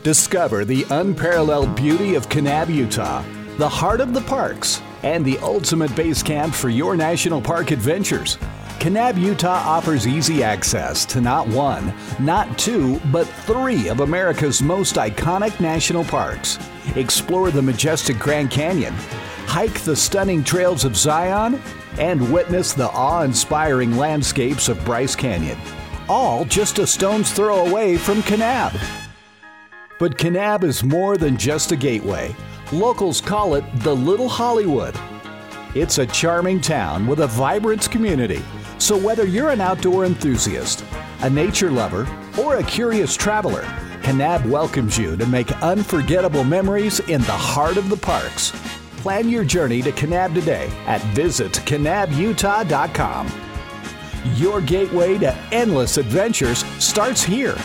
Discover the unparalleled beauty of Kanab, Utah, the heart of the parks, and the ultimate base camp for your national park adventures. Kanab, Utah offers easy access to not one, not two, but three of America's most iconic national parks. Explore the majestic Grand Canyon, hike the stunning trails of Zion, and witness the awe-inspiring landscapes of Bryce Canyon. All just a stone's throw away from Kanab. But Kanab is more than just a gateway. Locals call it the Little Hollywood. It's a charming town with a vibrant community. So whether you're an outdoor enthusiast, a nature lover, or a curious traveler, Kanab welcomes you to make unforgettable memories in the heart of the parks. Plan your journey to Kanab today at visitkanabutah.com. Your gateway to endless adventures starts here.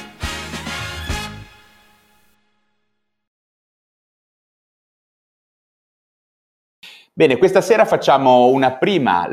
Bene, questa sera facciamo una prima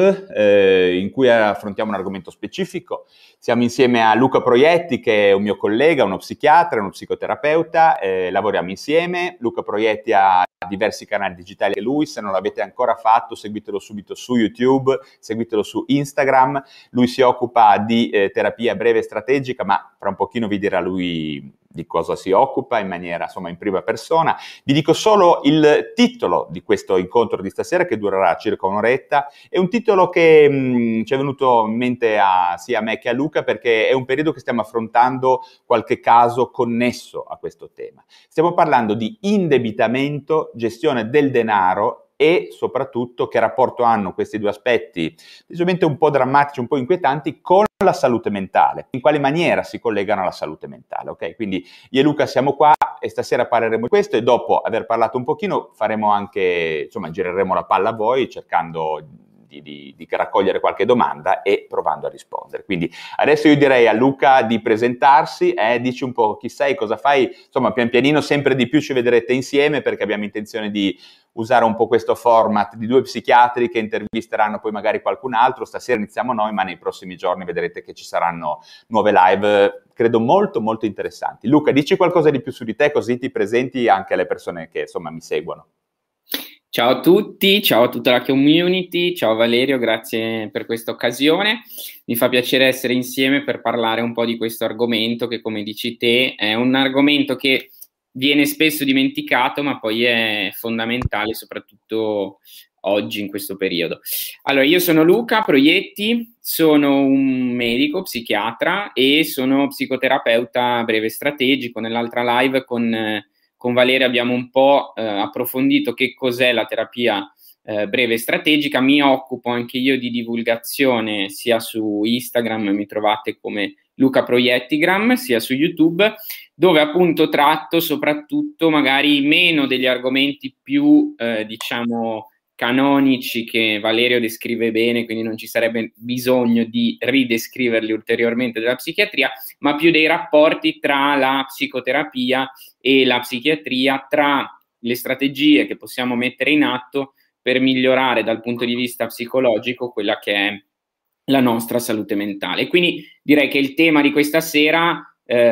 live in cui affrontiamo un argomento specifico. Siamo insieme a Luca Proietti, che è un mio collega, uno psichiatra, uno psicoterapeuta, lavoriamo insieme. Luca Proietti ha diversi canali digitali che lui, se non l'avete ancora fatto seguitelo subito su YouTube, seguitelo su Instagram. Lui si occupa di terapia breve e strategica, ma fra un pochino vi dirà lui di cosa si occupa in maniera, insomma, in prima persona. Vi dico solo il titolo di questo incontro di stasera, che durerà circa un'oretta. È un titolo che ci è venuto in mente sia a me che a Luca, perché è un periodo che stiamo affrontando qualche caso connesso a questo tema. Stiamo parlando di indebitamento, gestione del denaro e soprattutto che rapporto hanno questi due aspetti, decisamente un po' drammatici, un po' inquietanti, con la salute mentale. In quale maniera si collegano alla salute mentale, ok? Quindi io e Luca siamo qua e stasera parleremo di questo, e dopo aver parlato un pochino faremo anche, insomma, gireremo la palla a voi cercando di raccogliere qualche domanda e provando a rispondere. Quindi adesso io direi a Luca di presentarsi, dici un po' chi sei, cosa fai, insomma, pian pianino sempre di più ci vedrete insieme, perché abbiamo intenzione di usare un po' questo format di due psichiatri che intervisteranno poi magari qualcun altro. Stasera iniziamo noi, ma nei prossimi giorni vedrete che ci saranno nuove live, credo molto molto interessanti. Luca, dici qualcosa di più su di te, così ti presenti anche alle persone che, insomma, mi seguono. Ciao a tutti, ciao a tutta la community, ciao Valerio, grazie per questa occasione. Mi fa piacere essere insieme per parlare un po' di questo argomento che, come dici te, è un argomento che viene spesso dimenticato, ma poi è fondamentale, soprattutto oggi in questo periodo. Allora, io sono Luca Proietti, sono un medico, psichiatra e sono psicoterapeuta breve strategico. Nell'altra live con Valeria abbiamo un po' approfondito che cos'è la terapia breve strategica. Mi occupo anche io di divulgazione sia su Instagram, mi trovate come Luca Proiettigram, sia su YouTube, dove appunto tratto soprattutto magari meno degli argomenti più diciamo canonici che Valerio descrive bene, quindi non ci sarebbe bisogno di ridescriverli ulteriormente della psichiatria, ma più dei rapporti tra la psicoterapia e la psichiatria, tra le strategie che possiamo mettere in atto per migliorare dal punto di vista psicologico quella che è la nostra salute mentale. Quindi direi che il tema di questa sera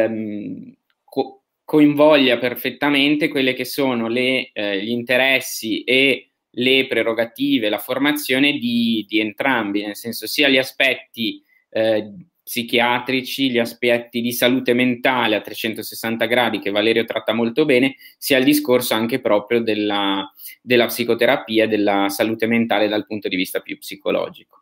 coinvolga perfettamente quelle che sono gli interessi e le prerogative, la formazione di entrambi, nel senso sia gli aspetti psichiatrici, gli aspetti di salute mentale a 360 gradi che Valerio tratta molto bene, sia il discorso anche proprio della psicoterapia e della salute mentale dal punto di vista più psicologico.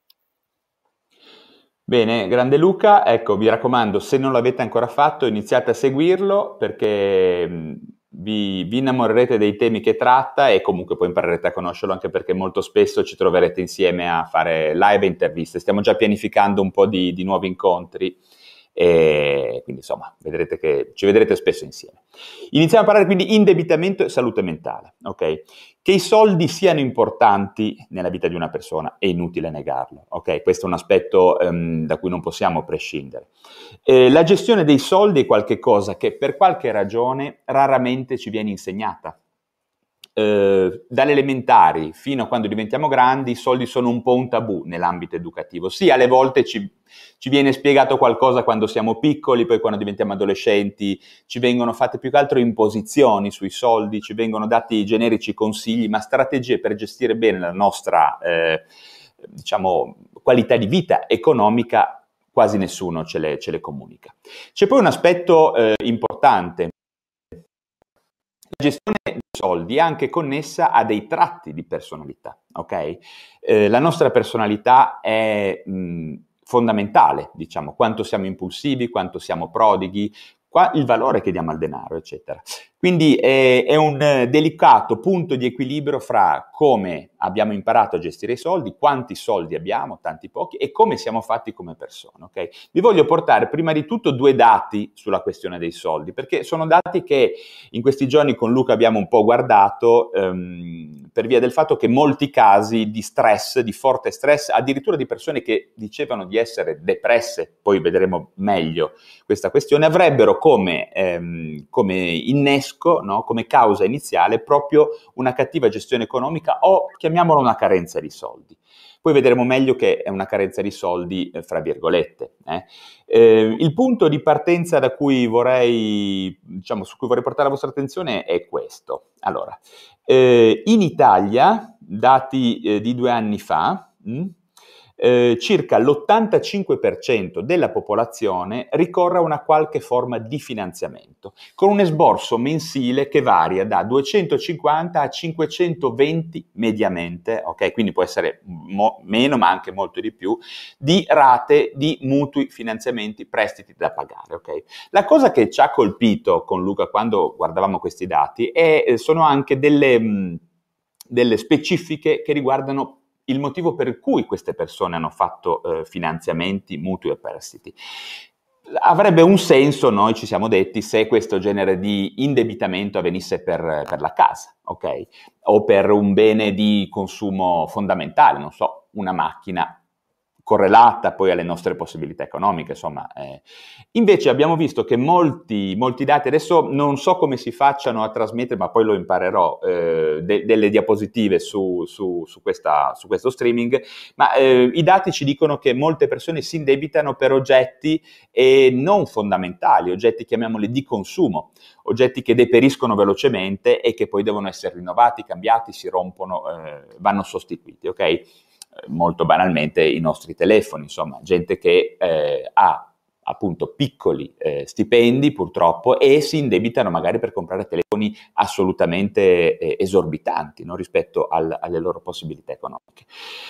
Bene, grande Luca, ecco, vi raccomando, se non l'avete ancora fatto, iniziate a seguirlo, perché vi innamorerete dei temi che tratta e comunque poi imparerete a conoscerlo, anche perché molto spesso ci troverete insieme a fare live e interviste. Stiamo già pianificando un po' di nuovi incontri e quindi, insomma, vedrete che ci vedrete spesso insieme. Iniziamo a parlare quindi di indebitamento e salute mentale, ok? Che i soldi siano importanti nella vita di una persona è inutile negarlo, ok? Questo è un aspetto da cui non possiamo prescindere. La gestione dei soldi è qualche cosa che per qualche ragione raramente ci viene insegnata. dalle elementari fino a quando diventiamo grandi, i soldi sono un po' un tabù nell'ambito educativo. Sì, alle volte ci viene spiegato qualcosa quando siamo piccoli, poi quando diventiamo adolescenti ci vengono fatte più che altro imposizioni sui soldi, ci vengono dati generici consigli, ma strategie per gestire bene la nostra, diciamo, qualità di vita economica quasi nessuno ce le comunica. C'è poi un aspetto importante. La gestione dei soldi è anche connessa a dei tratti di personalità, ok? La nostra personalità è fondamentale, diciamo, quanto siamo impulsivi, quanto siamo prodighi, il valore che diamo al denaro, eccetera. Quindi è un delicato punto di equilibrio fra come abbiamo imparato a gestire i soldi, quanti soldi abbiamo, tanti pochi, e come siamo fatti come persone, ok? Vi voglio portare prima di tutto 2 dati sulla questione dei soldi, perché sono dati che in questi giorni con Luca abbiamo un po' guardato per via del fatto che molti casi di stress, di forte stress, addirittura di persone che dicevano di essere depresse, poi vedremo meglio questa questione, avrebbero come innesco, no? Come causa iniziale proprio una cattiva gestione economica o chiamiamola una carenza di soldi. Poi vedremo meglio che è una carenza di soldi, fra virgolette. Il punto di partenza su cui vorrei portare la vostra attenzione è questo. Allora, in Italia, dati di 2 anni fa, circa l'85% della popolazione ricorre a una qualche forma di finanziamento, con un esborso mensile che varia da 250 a 520 mediamente, ok? Quindi può essere meno, ma anche molto di più, di rate di mutui, finanziamenti, prestiti da pagare, ok? La cosa che ci ha colpito con Luca quando guardavamo questi dati sono anche delle specifiche che riguardano il motivo per cui queste persone hanno fatto finanziamenti, mutui e prestiti. Avrebbe un senso, noi ci siamo detti, se questo genere di indebitamento avvenisse per la casa, ok? O per un bene di consumo fondamentale, non so, una macchina correlata poi alle nostre possibilità economiche, insomma. Invece abbiamo visto che molti dati, adesso non so come si facciano a trasmettere, ma poi lo imparerò, delle diapositive su questo streaming, ma i dati ci dicono che molte persone si indebitano per oggetti non fondamentali, oggetti chiamiamoli di consumo, oggetti che deperiscono velocemente e che poi devono essere rinnovati, cambiati, si rompono, vanno sostituiti, ok? Molto banalmente i nostri telefoni, insomma, gente che ha appunto piccoli stipendi purtroppo e si indebitano magari per comprare telefoni assolutamente esorbitanti, no? Rispetto alle loro possibilità economiche.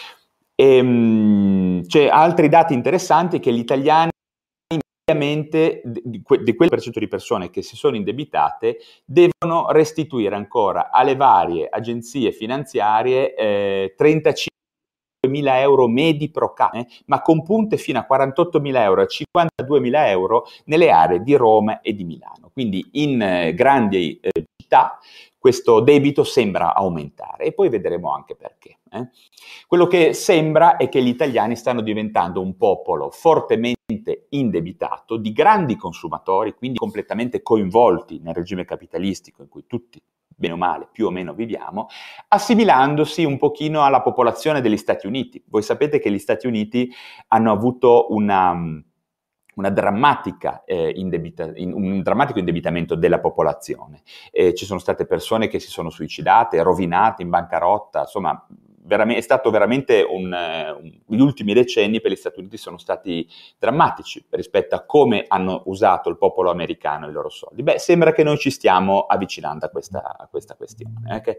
C'è altri dati interessanti che gli italiani ovviamente di quel percento di persone che si sono indebitate devono restituire ancora alle varie agenzie finanziarie 35.000 euro medi pro caso, ma con punte fino a 48.000 euro e 52.000 euro nelle aree di Roma e di Milano. Quindi in grandi città questo debito sembra aumentare e poi vedremo anche perché. Quello che sembra è che gli italiani stanno diventando un popolo fortemente indebitato, di grandi consumatori, quindi completamente coinvolti nel regime capitalistico in cui tutti bene o male, più o meno viviamo, assimilandosi un pochino alla popolazione degli Stati Uniti. Voi sapete che gli Stati Uniti hanno avuto un drammatico indebitamento della popolazione. Ci sono state persone che si sono suicidate, rovinate, in bancarotta, insomma, è stato veramente gli ultimi decenni per gli Stati Uniti sono stati drammatici rispetto a come hanno usato il popolo americano i loro soldi. Beh, sembra che noi ci stiamo avvicinando a questa questione. Okay?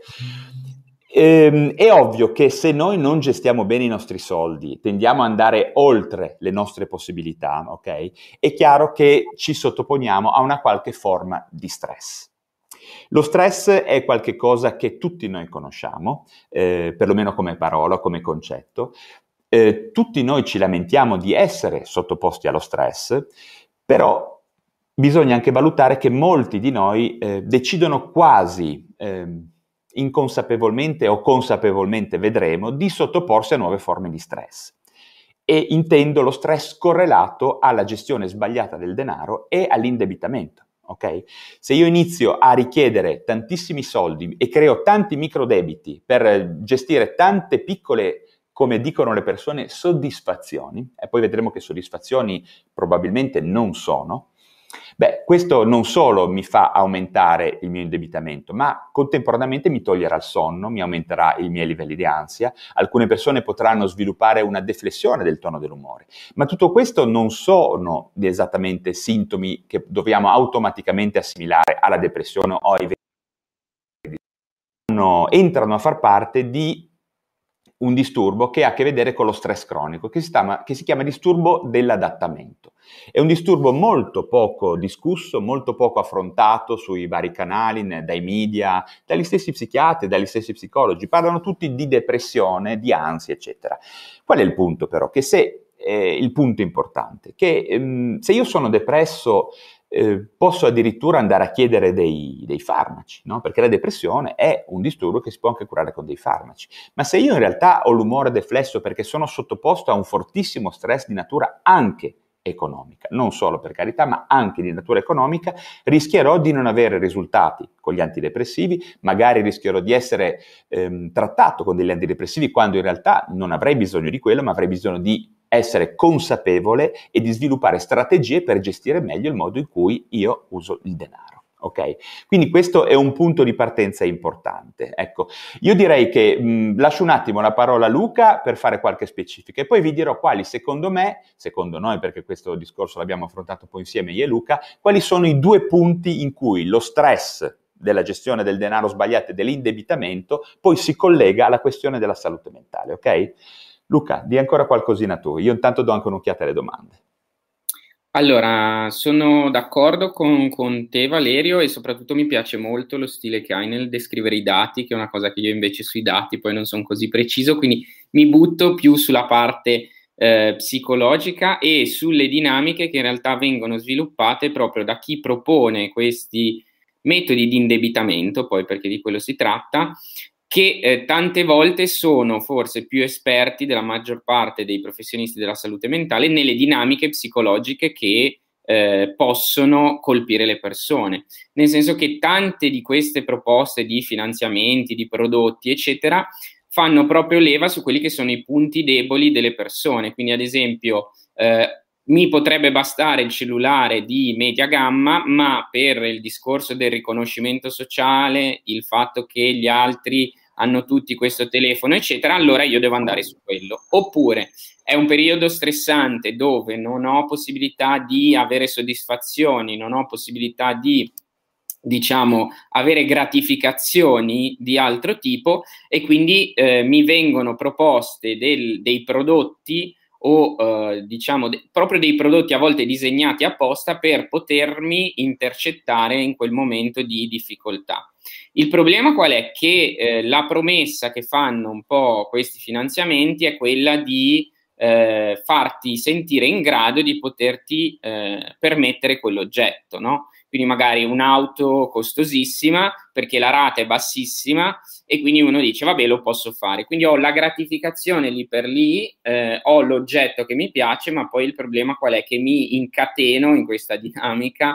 È ovvio che se noi non gestiamo bene i nostri soldi, tendiamo ad andare oltre le nostre possibilità, ok? È chiaro che ci sottoponiamo a una qualche forma di stress. Lo stress è qualcosa che tutti noi conosciamo, perlomeno come parola, come concetto. Tutti noi ci lamentiamo di essere sottoposti allo stress, però bisogna anche valutare che molti di noi decidono quasi inconsapevolmente o consapevolmente, vedremo, di sottoporsi a nuove forme di stress. E intendo lo stress correlato alla gestione sbagliata del denaro e all'indebitamento. ok? Se io inizio a richiedere tantissimi soldi e creo tanti microdebiti per gestire tante piccole, come dicono le persone, soddisfazioni, e poi vedremo che soddisfazioni probabilmente non sono, questo non solo mi fa aumentare il mio indebitamento, ma contemporaneamente mi toglierà il sonno, mi aumenterà i miei livelli di ansia, alcune persone potranno sviluppare una deflessione del tono dell'umore, ma tutto questo non sono esattamente sintomi che dobbiamo automaticamente assimilare alla depressione o ai entrano a far parte di un disturbo che ha a che vedere con lo stress cronico, che si chiama disturbo dell'adattamento. È un disturbo molto poco discusso, molto poco affrontato sui vari canali, dai media, dagli stessi psichiatri, dagli stessi psicologi. Parlano tutti di depressione, di ansia, eccetera. Qual è il punto però? Il punto importante, che se io sono depresso posso addirittura andare a chiedere dei farmaci, no? Perché la depressione è un disturbo che si può anche curare con dei farmaci. Ma se io in realtà ho l'umore deflesso perché sono sottoposto a un fortissimo stress di natura anche economica, non solo per carità, ma anche di natura economica, rischierò di non avere risultati con gli antidepressivi, magari rischierò di essere trattato con degli antidepressivi quando in realtà non avrei bisogno di quello, ma avrei bisogno di essere consapevole e di sviluppare strategie per gestire meglio il modo in cui io uso il denaro. Ok? Quindi questo è un punto di partenza importante. Ecco, io direi che lascio un attimo la parola a Luca per fare qualche specifica e poi vi dirò quali secondo noi, perché questo discorso l'abbiamo affrontato poi insieme io e Luca, quali sono i 2 punti in cui lo stress della gestione del denaro sbagliato e dell'indebitamento poi si collega alla questione della salute mentale, ok? Luca, di ancora qualcosina tu, io intanto do anche un'occhiata alle domande. Allora, sono d'accordo con te Valerio e soprattutto mi piace molto lo stile che hai nel descrivere i dati, che è una cosa che io invece sui dati poi non sono così preciso, quindi mi butto più sulla parte psicologica e sulle dinamiche che in realtà vengono sviluppate proprio da chi propone questi metodi di indebitamento, poi perché di quello si tratta, che tante volte sono forse più esperti della maggior parte dei professionisti della salute mentale nelle dinamiche psicologiche che possono colpire le persone. Nel senso che tante di queste proposte di finanziamenti, di prodotti, eccetera, fanno proprio leva su quelli che sono i punti deboli delle persone. Quindi, ad esempio, mi potrebbe bastare il cellulare di media gamma, ma per il discorso del riconoscimento sociale, il fatto che gli altri hanno tutti questo telefono, eccetera, allora io devo andare su quello. Oppure è un periodo stressante dove non ho possibilità di avere soddisfazioni, non ho possibilità di, diciamo, avere gratificazioni di altro tipo e quindi mi vengono proposte dei prodotti o diciamo proprio dei prodotti a volte disegnati apposta per potermi intercettare in quel momento di difficoltà. Il problema qual è? Che la promessa che fanno un po' questi finanziamenti è quella di farti sentire in grado di poterti permettere quell'oggetto, no? Quindi magari un'auto costosissima perché la rata è bassissima e quindi uno dice vabbè lo posso fare, quindi ho la gratificazione lì per lì, ho l'oggetto che mi piace, ma poi il problema qual è? Che mi incateno in questa dinamica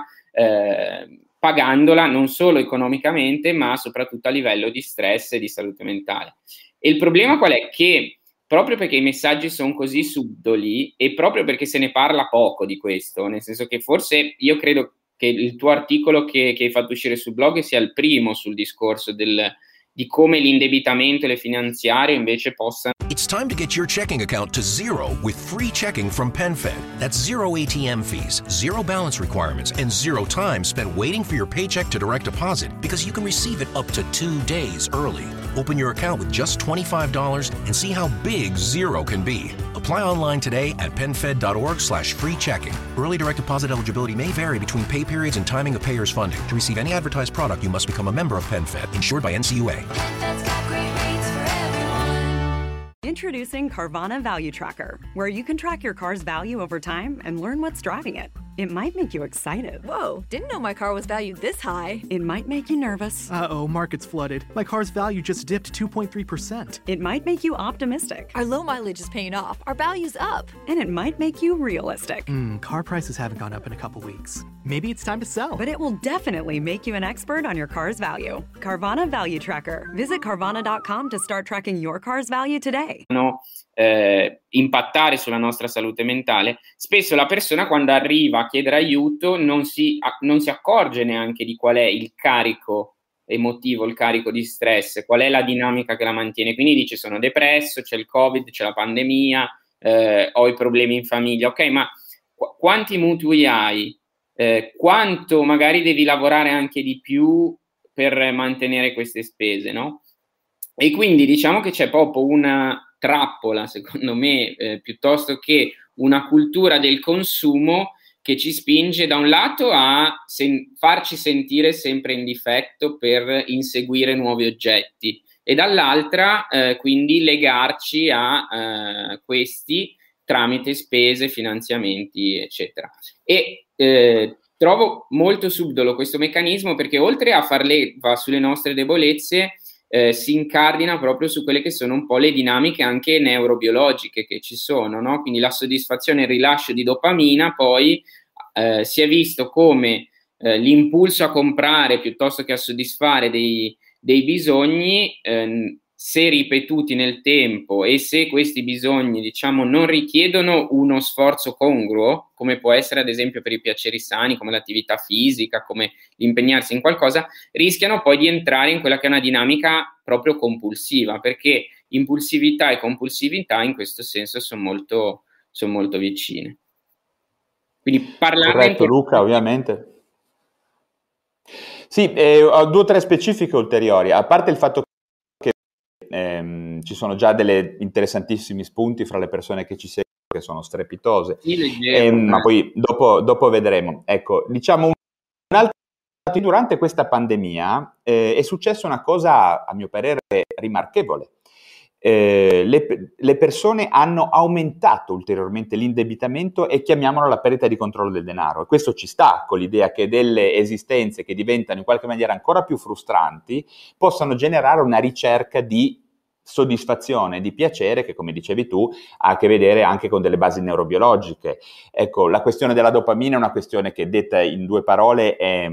pagandola non solo economicamente ma soprattutto a livello di stress e di salute mentale. E il problema qual è? Che proprio perché i messaggi sono così subdoli e proprio perché se ne parla poco di questo, nel senso che forse io credo che il tuo articolo che hai fatto uscire sul blog sia il primo sul discorso di come l'indebitamento e le finanziarie invece possano. It's time to get your checking account to zero with free checking from PenFed. That's zero ATM fees, zero balance requirements, and zero time spent waiting for your paycheck to direct deposit because you can receive it up to 2 days early. Open your account with just $25 and see how big zero can be. Apply online today at PenFed.org/free checking. Early direct deposit eligibility may vary between pay periods and timing of payer's funding. To receive any advertised product, you must become a member of PenFed, insured by NCUA. Introducing Carvana Value Tracker, where you can track your car's value over time and learn what's driving it. It might make you excited. Whoa, didn't know my car was valued this high. It might make you nervous. Uh-oh, market's flooded. My car's value just dipped 2.3%. It might make you optimistic. Our low mileage is paying off. Our value's up. And it might make you realistic. Car prices haven't gone up in a couple weeks. Maybe it's time to sell. But it will definitely make you an expert on your car's value. Carvana Value Tracker. Visit Carvana.com to start tracking your car's value today. Impattare sulla nostra salute mentale. Spesso la persona, quando arriva a chiedere aiuto, non si accorge neanche di qual è il carico emotivo, il carico di stress, qual è la dinamica che la mantiene. Quindi dice: sono depresso, c'è il Covid, c'è la pandemia, ho i problemi in famiglia. Ok, ma quanti mutui hai? Quanto magari devi lavorare anche di più per mantenere queste spese, no? E quindi diciamo che c'è proprio una trappola, secondo me, piuttosto che una cultura del consumo che ci spinge da un lato a farci sentire sempre in difetto per inseguire nuovi oggetti e dall'altra quindi legarci a questi tramite spese, finanziamenti, eccetera. E trovo molto subdolo questo meccanismo, perché oltre a far leva sulle nostre debolezze, si incardina proprio su quelle che sono un po' le dinamiche anche neurobiologiche che ci sono, no? Quindi la soddisfazione e il rilascio di dopamina poi si è visto come l'impulso a comprare piuttosto che a soddisfare dei bisogni, se ripetuti nel tempo e se questi bisogni, diciamo, non richiedono uno sforzo congruo, come può essere ad esempio per i piaceri sani, come l'attività fisica, come l'impegnarsi in qualcosa, rischiano poi di entrare in quella che è una dinamica proprio compulsiva, perché impulsività e compulsività in questo senso sono molto vicine. Quindi parlare... Corretto, Luca, ovviamente. Sì, ho 2 o 3 specifiche ulteriori, a parte il fatto che ci sono già delle interessantissimi spunti fra le persone che ci seguono, che sono strepitose, ma poi dopo vedremo. Ecco, diciamo durante questa pandemia è successa una cosa, a mio parere, rimarchevole. Le persone hanno aumentato ulteriormente l'indebitamento e chiamiamolo la perdita di controllo del denaro, e questo ci sta con l'idea che delle esistenze che diventano in qualche maniera ancora più frustranti possano generare una ricerca di soddisfazione, di piacere, che come dicevi tu ha a che vedere anche con delle basi neurobiologiche. Ecco, la questione della dopamina è una questione che, detta in 2 parole, è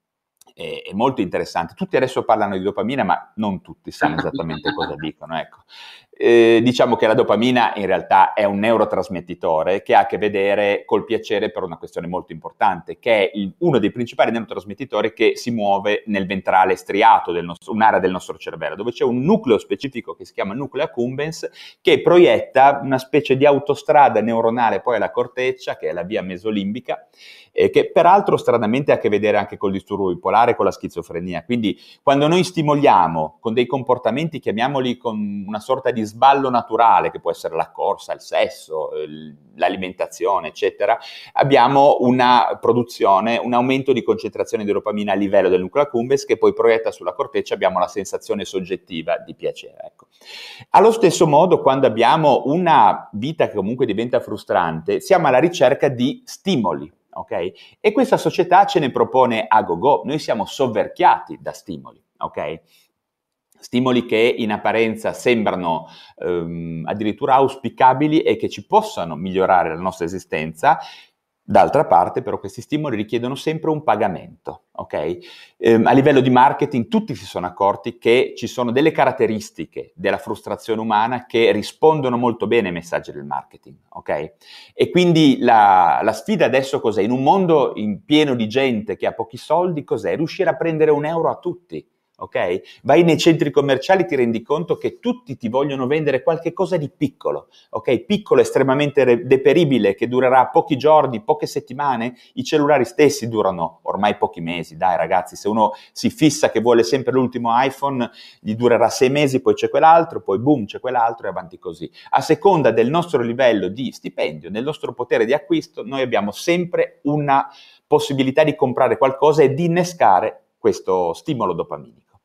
molto interessante. Tutti adesso parlano di dopamina, ma non tutti sanno esattamente cosa dicono. Ecco. Diciamo che la dopamina in realtà è un neurotrasmettitore che ha a che vedere col piacere per una questione molto importante, che è uno dei principali neurotrasmettitori che si muove nel ventrale striato, un'area del nostro cervello, dove c'è un nucleo specifico che si chiama nucleo accumbens, che proietta una specie di autostrada neuronale poi alla corteccia, che è la via mesolimbica, che peraltro stranamente ha a che vedere anche col disturbo bipolare, con la schizofrenia. Quindi quando noi stimoliamo con dei comportamenti, chiamiamoli con una sorta di sballo naturale, che può essere la corsa, il sesso, l'alimentazione, eccetera, abbiamo una produzione, un aumento di concentrazione di dopamina a livello del nucleo accumbens, che poi proietta sulla corteccia, abbiamo la sensazione soggettiva di piacere. Ecco. Allo stesso modo, quando abbiamo una vita che comunque diventa frustrante, siamo alla ricerca di stimoli. Okay? E questa società ce ne propone a go-go. Noi siamo sovverchiati da stimoli, ok? Stimoli che in apparenza sembrano addirittura auspicabili e che ci possano migliorare la nostra esistenza. D'altra parte, però, questi stimoli richiedono sempre un pagamento, ok? A livello di marketing tutti si sono accorti che ci sono delle caratteristiche della frustrazione umana che rispondono molto bene ai messaggi del marketing, ok? E quindi la sfida adesso cos'è? In un mondo pieno di gente che ha pochi soldi, cos'è? Riuscire a prendere €1 a tutti. Ok? Vai nei centri commerciali, ti rendi conto che tutti ti vogliono vendere qualche cosa di piccolo, ok? Piccolo, estremamente deperibile, che durerà pochi giorni, poche settimane. I cellulari stessi durano ormai pochi mesi, dai ragazzi, se uno si fissa che vuole sempre l'ultimo iPhone, gli durerà 6 mesi, poi c'è quell'altro, poi boom, c'è quell'altro e avanti così. A seconda del nostro livello di stipendio, del nostro potere di acquisto, noi abbiamo sempre una possibilità di comprare qualcosa e di innescare questo stimolo dopaminico.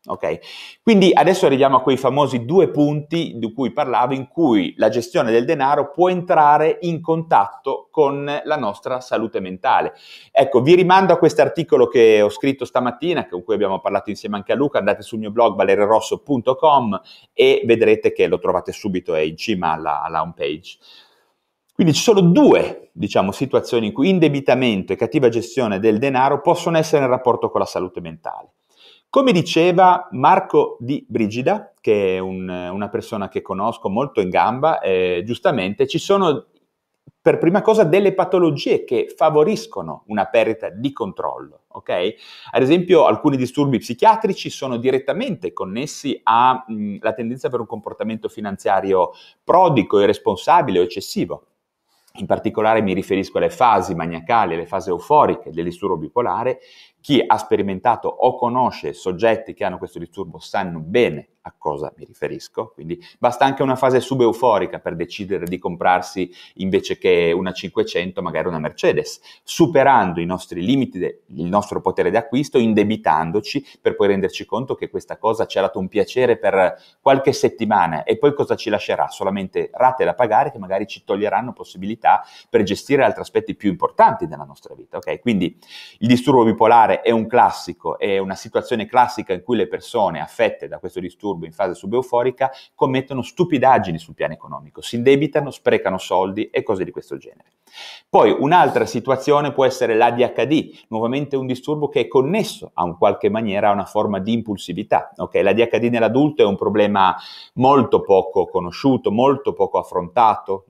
Ok? Quindi adesso arriviamo a quei famosi 2 punti di cui parlavo, in cui la gestione del denaro può entrare in contatto con la nostra salute mentale. Ecco, vi rimando a questo articolo che ho scritto stamattina, con cui abbiamo parlato insieme anche a Luca. Andate sul mio blog valeriorosso.com e vedrete che lo trovate subito, è in cima alla home page. Quindi ci sono 2, situazioni in cui indebitamento e cattiva gestione del denaro possono essere in rapporto con la salute mentale. Come diceva Marco Di Brigida, che è una persona che conosco molto in gamba, giustamente ci sono per prima cosa delle patologie che favoriscono una perdita di controllo, ok? Ad esempio alcuni disturbi psichiatrici sono direttamente connessi alla tendenza per un comportamento finanziario prodigo, irresponsabile o eccessivo. In particolare mi riferisco alle fasi maniacali, alle fasi euforiche del disturbo bipolare. Chi ha sperimentato o conosce soggetti che hanno questo disturbo sanno bene a cosa mi riferisco, quindi basta anche una fase subeuforica per decidere di comprarsi invece che una 500 magari una Mercedes, superando i nostri limiti, il nostro potere d'acquisto, indebitandoci per poi renderci conto che questa cosa ci ha dato un piacere per qualche settimana e poi cosa ci lascerà? Solamente rate da pagare che magari ci toglieranno possibilità per gestire altri aspetti più importanti della nostra vita, ok? Quindi il disturbo bipolare è un classico, è una situazione classica in cui le persone affette da questo disturbo in fase subeuforica commettono stupidaggini sul piano economico, si indebitano, sprecano soldi e cose di questo genere. Poi un'altra situazione può essere l'ADHD, nuovamente un disturbo che è connesso a in qualche maniera a una forma di impulsività. Okay? L'ADHD nell'adulto è un problema molto poco conosciuto, molto poco affrontato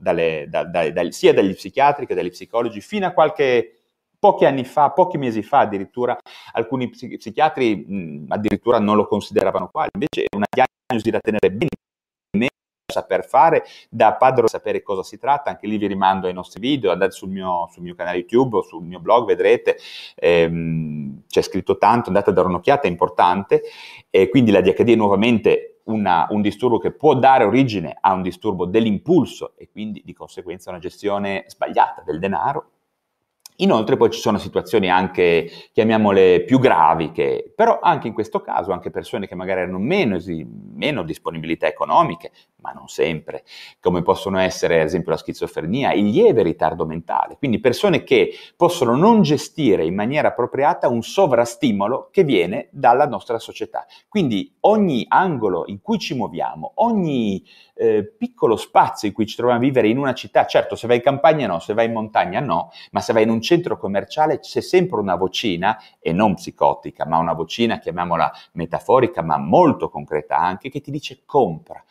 sia dagli psichiatri che dagli psicologi, fino a pochi anni fa, pochi mesi fa addirittura, alcuni psichiatri addirittura non lo consideravano quale, invece è una diagnosi da tenere bene da saper fare, da padrone sapere cosa si tratta. Anche lì vi rimando ai nostri video, andate sul mio canale YouTube o sul mio blog, vedrete, c'è scritto tanto, andate a dare un'occhiata, è importante. Quindi la ADHD è nuovamente un disturbo che può dare origine a un disturbo dell'impulso e quindi di conseguenza una gestione sbagliata del denaro. Inoltre poi ci sono situazioni anche, chiamiamole, più gravi, che però anche in questo caso, anche persone che magari hanno meno disponibilità economiche, ma non sempre, come possono essere ad esempio la schizofrenia, il lieve ritardo mentale, quindi persone che possono non gestire in maniera appropriata un sovrastimolo che viene dalla nostra società. Quindi ogni angolo in cui ci muoviamo, ogni piccolo spazio in cui ci troviamo a vivere in una città, certo se vai in campagna no, se vai in montagna no, ma se vai in un centro commerciale c'è sempre una vocina, e non psicotica, ma una vocina, chiamiamola metaforica, ma molto concreta anche, che ti dice compra.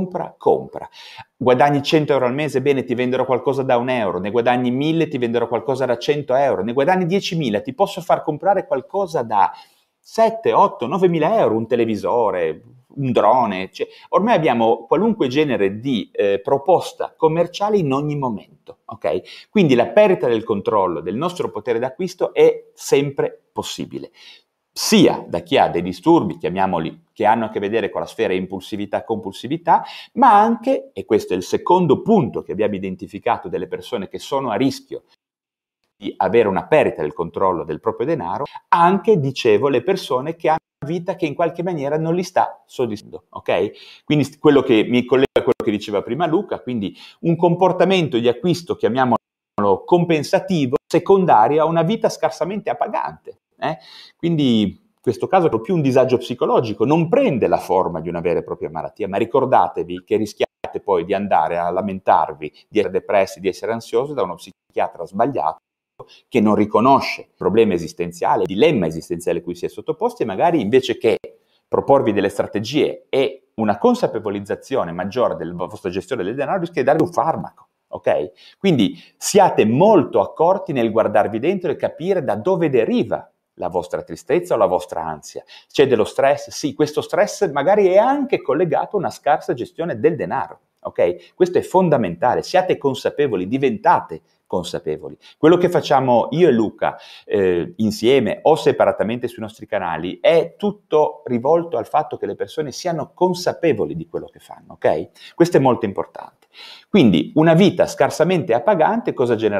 Guadagni 100 euro al mese, bene, ti venderò qualcosa da €1, ne guadagni 1000, ti venderò qualcosa da 100 euro, ne guadagni 10.000, ti posso far comprare qualcosa da 7, 8, 9.000 euro, un televisore, un drone, cioè, ormai abbiamo qualunque genere di proposta commerciale in ogni momento, ok? Quindi la perdita del controllo del nostro potere d'acquisto è sempre possibile, sia da chi ha dei disturbi, chiamiamoli, che hanno a che vedere con la sfera impulsività-compulsività, ma anche, e questo è il secondo punto che abbiamo identificato delle persone che sono a rischio di avere una perdita del controllo del proprio denaro, anche, dicevo, le persone che hanno una vita che in qualche maniera non li sta soddisfacendo, ok? Quindi quello che mi collega a quello che diceva prima Luca, quindi un comportamento di acquisto, chiamiamolo compensativo, secondario a una vita scarsamente appagante. Quindi in questo caso è più un disagio psicologico, non prende la forma di una vera e propria malattia, ma ricordatevi che rischiate poi di andare a lamentarvi, di essere depressi, di essere ansiosi da uno psichiatra sbagliato, che non riconosce il problema esistenziale, il dilemma esistenziale a cui si è sottoposti, e magari invece che proporvi delle strategie e una consapevolizzazione maggiore della vostra gestione del denaro, rischia di darvi un farmaco, ok? Quindi siate molto accorti nel guardarvi dentro e capire da dove deriva la vostra tristezza o la vostra ansia. C'è dello stress? Sì, questo stress magari è anche collegato a una scarsa gestione del denaro, ok? Questo è fondamentale, siate consapevoli, diventate consapevoli. Quello che facciamo io e Luca insieme o separatamente sui nostri canali è tutto rivolto al fatto che le persone siano consapevoli di quello che fanno, ok? Questo è molto importante. Quindi una vita scarsamente appagante cosa genererà?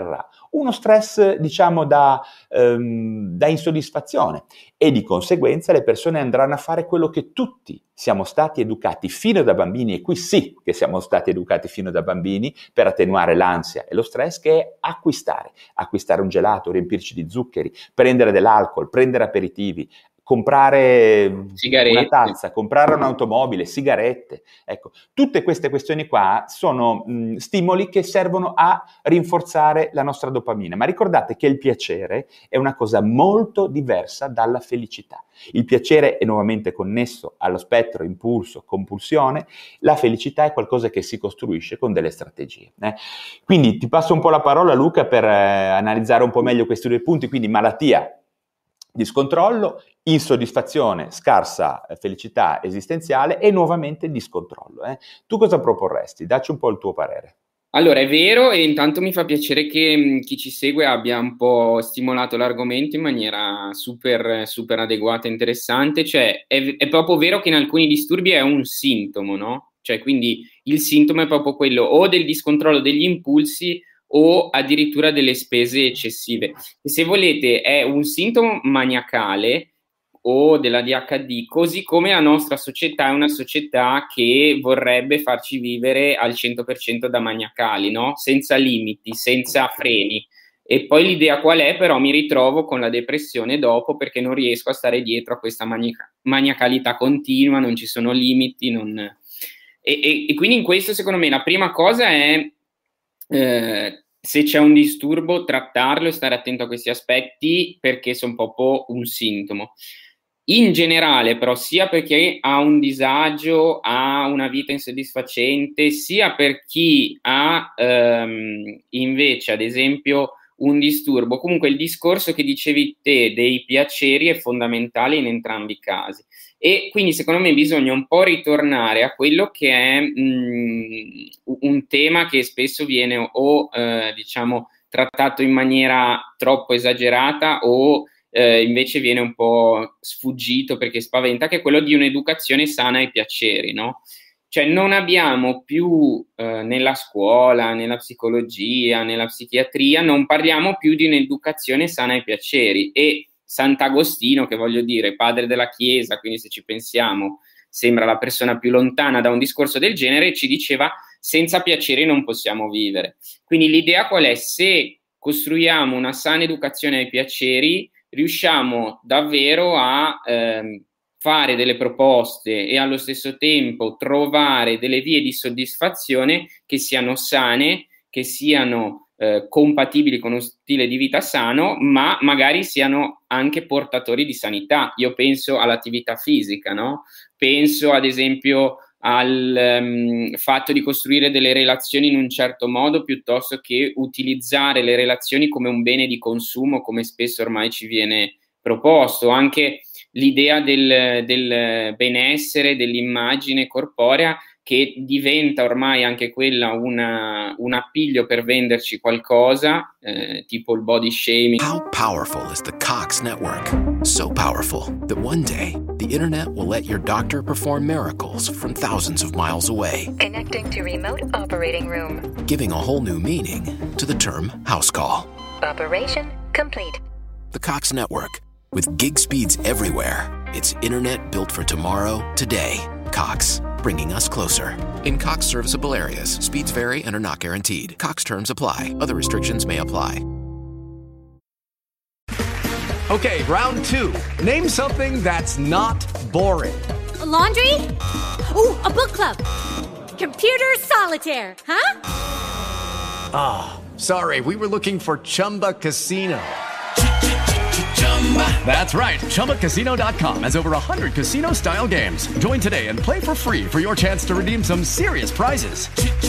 uno stress, diciamo, da insoddisfazione, e di conseguenza le persone andranno a fare quello che tutti siamo stati educati fino da bambini, e qui sì che siamo stati educati fino da bambini per attenuare l'ansia e lo stress, che è acquistare un gelato, riempirci di zuccheri, prendere dell'alcol, prendere aperitivi, comprare sigarette, una tazza, comprare un'automobile, sigarette. Ecco, tutte queste questioni qua sono stimoli che servono a rinforzare la nostra dopamina. Ma ricordate che il piacere è una cosa molto diversa dalla felicità. Il piacere è nuovamente connesso allo spettro impulso, compulsione. La felicità è qualcosa che si costruisce con delle strategie. Quindi ti passo un po' la parola, Luca, per analizzare un po' meglio questi due punti. Quindi malattia di scontrollo, insoddisfazione, scarsa felicità esistenziale e nuovamente discontrollo. Tu cosa proporresti? Dacci un po' il tuo parere. Allora, è vero, e intanto mi fa piacere che chi ci segue abbia un po' stimolato l'argomento in maniera super, super adeguata e interessante. Cioè, è proprio vero che in alcuni disturbi è un sintomo, no? Cioè, quindi il sintomo è proprio quello o del discontrollo degli impulsi o addirittura delle spese eccessive. E se volete, è un sintomo maniacale o dell'ADHD, così come la nostra società è una società che vorrebbe farci vivere al 100% da maniacali, no? Senza limiti, senza freni. E poi l'idea qual è? Però mi ritrovo con la depressione dopo perché non riesco a stare dietro a questa maniacalità continua, non ci sono limiti, e quindi in questo secondo me la prima cosa è se c'è un disturbo trattarlo e stare attento a questi aspetti, perché sono proprio un sintomo. In generale però, sia per chi ha un disagio, ha una vita insoddisfacente, sia per chi ha invece ad esempio un disturbo, comunque il discorso che dicevi te dei piaceri è fondamentale in entrambi i casi. E quindi secondo me bisogna un po' ritornare a quello che è un tema che spesso viene diciamo trattato in maniera troppo esagerata o invece viene un po' sfuggito perché spaventa, che è quello di un'educazione sana ai piaceri, no? Cioè non abbiamo più nella scuola, nella psicologia, nella psichiatria, non parliamo più di un'educazione sana ai piaceri. E Sant'Agostino, che voglio dire, padre della Chiesa, quindi se ci pensiamo sembra la persona più lontana da un discorso del genere, ci diceva: senza piaceri non possiamo vivere. Quindi l'idea qual è? Se costruiamo una sana educazione ai piaceri, riusciamo davvero a fare delle proposte e allo stesso tempo trovare delle vie di soddisfazione che siano sane, che siano compatibili con uno stile di vita sano, ma magari siano anche portatori di sanità. Io penso all'attività fisica, no? Penso ad esempio al fatto di costruire delle relazioni in un certo modo piuttosto che utilizzare le relazioni come un bene di consumo, come spesso ormai ci viene proposto. Anche l'idea del benessere, dell'immagine corporea, che diventa ormai anche quella un appiglio per venderci qualcosa, tipo il body shaming. How powerful is the Cox Network? So powerful that one day the internet will let your doctor perform miracles from thousands of miles away. Connecting to remote operating room. Giving a whole new meaning to the term house call. Operation complete. The Cox Network. With gig speeds everywhere, it's internet built for tomorrow, today. Cox, bringing us closer. In Cox serviceable areas, speeds vary and are not guaranteed. Cox terms apply. Other restrictions may apply. Okay, round two. Name something that's not boring. A laundry? Ooh, a book club. Computer solitaire, huh? Ah, sorry, we were looking for Chumba Casino. That's right. ChumbaCasino.com has over 100 casino-style games. Join today and play for free for your chance to redeem some serious prizes.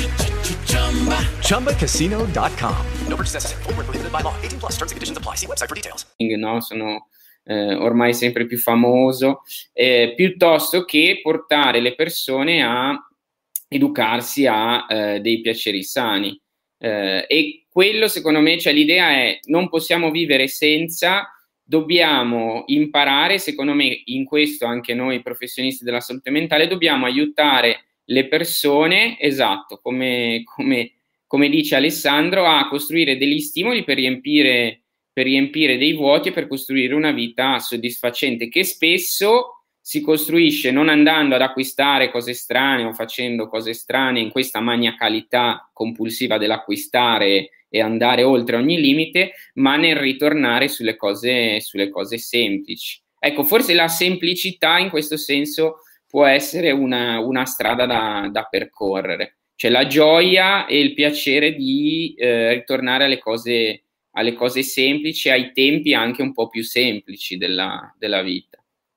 ChumbaCasino.com. No purchase necessary. Void where prohibited by law. 18 plus. Terms and conditions apply. See website for details. No, sono ormai sempre più famoso, piuttosto che portare le persone a educarsi a dei piaceri sani. E quello, secondo me, cioè l'idea è: non possiamo vivere senza. Dobbiamo imparare, secondo me, in questo anche noi professionisti della salute mentale, dobbiamo aiutare le persone, esatto, come come dice Alessandro, a costruire degli stimoli per riempire dei vuoti e per costruire una vita soddisfacente, che spesso si costruisce non andando ad acquistare cose strane o facendo cose strane in questa maniacalità compulsiva dell'acquistare e andare oltre ogni limite, ma nel ritornare sulle cose semplici. Ecco, forse la semplicità in questo senso può essere una strada da percorrere, cioè la gioia e il piacere di ritornare alle cose semplici, ai tempi anche un po' più semplici della vita.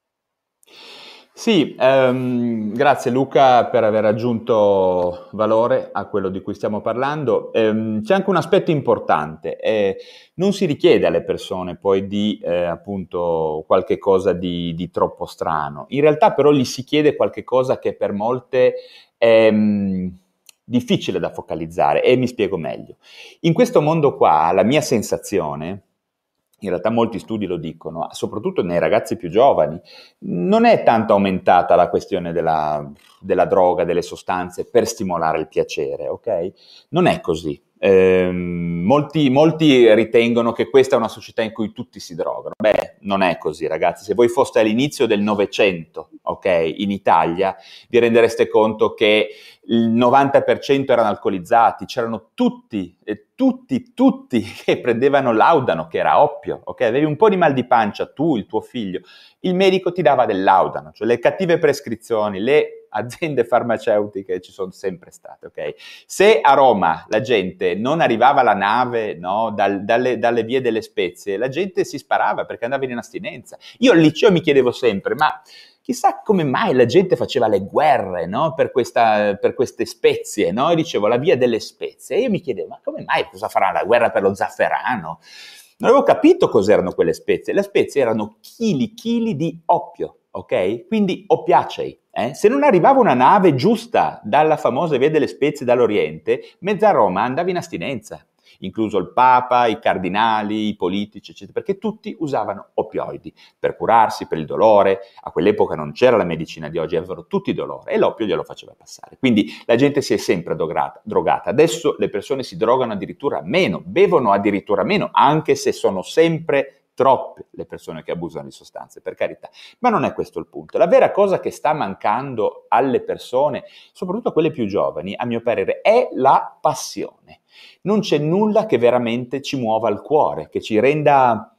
Sì, grazie Luca per aver aggiunto valore a quello di cui stiamo parlando. C'è anche un aspetto importante, non si richiede alle persone poi di appunto qualche cosa di troppo strano, in realtà però gli si chiede qualche cosa che per molte è difficile da focalizzare, e mi spiego meglio. In questo mondo qua la mia sensazione, in realtà molti studi lo dicono, soprattutto nei ragazzi più giovani, non è tanto aumentata la questione della droga, delle sostanze per stimolare il piacere, ok? Non è così. Molti ritengono che questa è una società in cui tutti si drogano. Beh, non è così, ragazzi. Se voi foste all'inizio del Novecento, ok, in Italia, vi rendereste conto che il 90% erano alcolizzati, c'erano tutti che prendevano laudano, che era oppio, ok? Avevi un po' di mal di pancia, tu, il tuo figlio, il medico ti dava del laudano, cioè le cattive prescrizioni, le aziende farmaceutiche ci sono sempre state, ok? Se a Roma la gente non arrivava alla nave, no, dalle vie delle Spezie, la gente si sparava perché andava in astinenza. Io al liceo mi chiedevo sempre, ma chissà come mai la gente faceva le guerre, no? per queste spezie, no? E dicevo la via delle spezie. E io mi chiedevo, ma come mai cosa farà la guerra per lo zafferano? Non avevo capito cos'erano quelle spezie. Le spezie erano chili di oppio, ok? Quindi oppiacei. Se non arrivava una nave giusta dalla famosa via delle Spezie dall'Oriente, mezza Roma andava in astinenza, incluso il Papa, i cardinali, i politici, eccetera, perché tutti usavano oppioidi per curarsi, per il dolore. A quell'epoca non c'era la medicina di oggi, avevano tutti dolore e l'oppio glielo faceva passare. Quindi la gente si è sempre drogata. Adesso le persone si drogano addirittura meno, bevono addirittura meno, anche se sono sempre troppe le persone che abusano di sostanze, per carità. Ma non è questo il punto. La vera cosa che sta mancando alle persone, soprattutto a quelle più giovani, a mio parere, è la passione. Non c'è nulla che veramente ci muova il cuore, che ci renda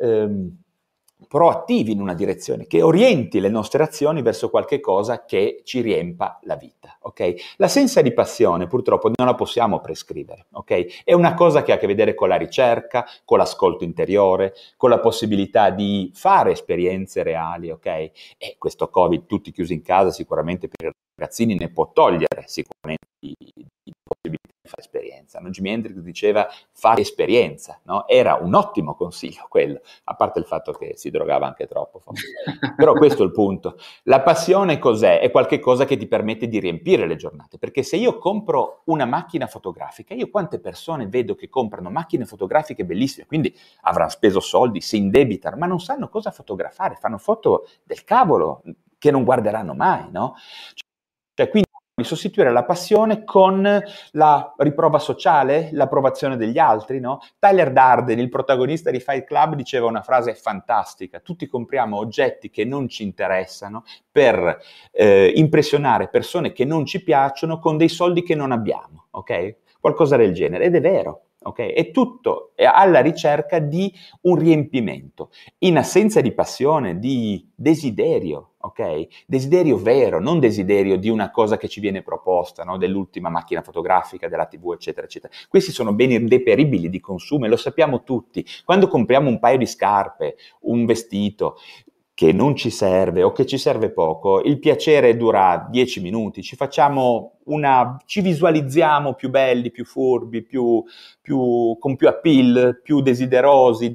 proattivi in una direzione, che orienti le nostre azioni verso qualche cosa che ci riempa la vita, ok? L'assenza di passione purtroppo non la possiamo prescrivere, ok? È una cosa che ha a che vedere con la ricerca, con l'ascolto interiore, con la possibilità di fare esperienze reali, ok? E questo Covid, tutti chiusi in casa, sicuramente per i ragazzini ne può togliere sicuramente di possibilità di fare esperienza. No? Jimi Hendrix diceva fare esperienza, no? Era un ottimo consiglio quello, a parte il fatto che si drogava anche troppo forse. Però questo è il punto. La passione cos'è? È qualche cosa che ti permette di riempire le giornate, perché se io compro una macchina fotografica, io quante persone vedo che comprano macchine fotografiche bellissime, quindi avranno speso soldi, si indebitano, ma non sanno cosa fotografare, fanno foto del cavolo che non guarderanno mai, no? Cioè, quindi di sostituire la passione con la riprova sociale, l'approvazione degli altri, no? Tyler Durden, il protagonista di Fight Club, diceva una frase fantastica: tutti compriamo oggetti che non ci interessano per impressionare persone che non ci piacciono con dei soldi che non abbiamo, ok? Qualcosa del genere, ed è vero. Okay? È tutto alla ricerca di un riempimento, in assenza di passione, di desiderio, ok? Desiderio vero, non desiderio di una cosa che ci viene proposta, no? Dell'ultima macchina fotografica, della TV, eccetera, eccetera. Questi sono beni indeperibili di consumo e lo sappiamo tutti. Quando compriamo un paio di scarpe, un vestito che non ci serve o che ci serve poco, il piacere dura 10 minuti, ci visualizziamo più belli, più furbi, con più appeal, più desiderosi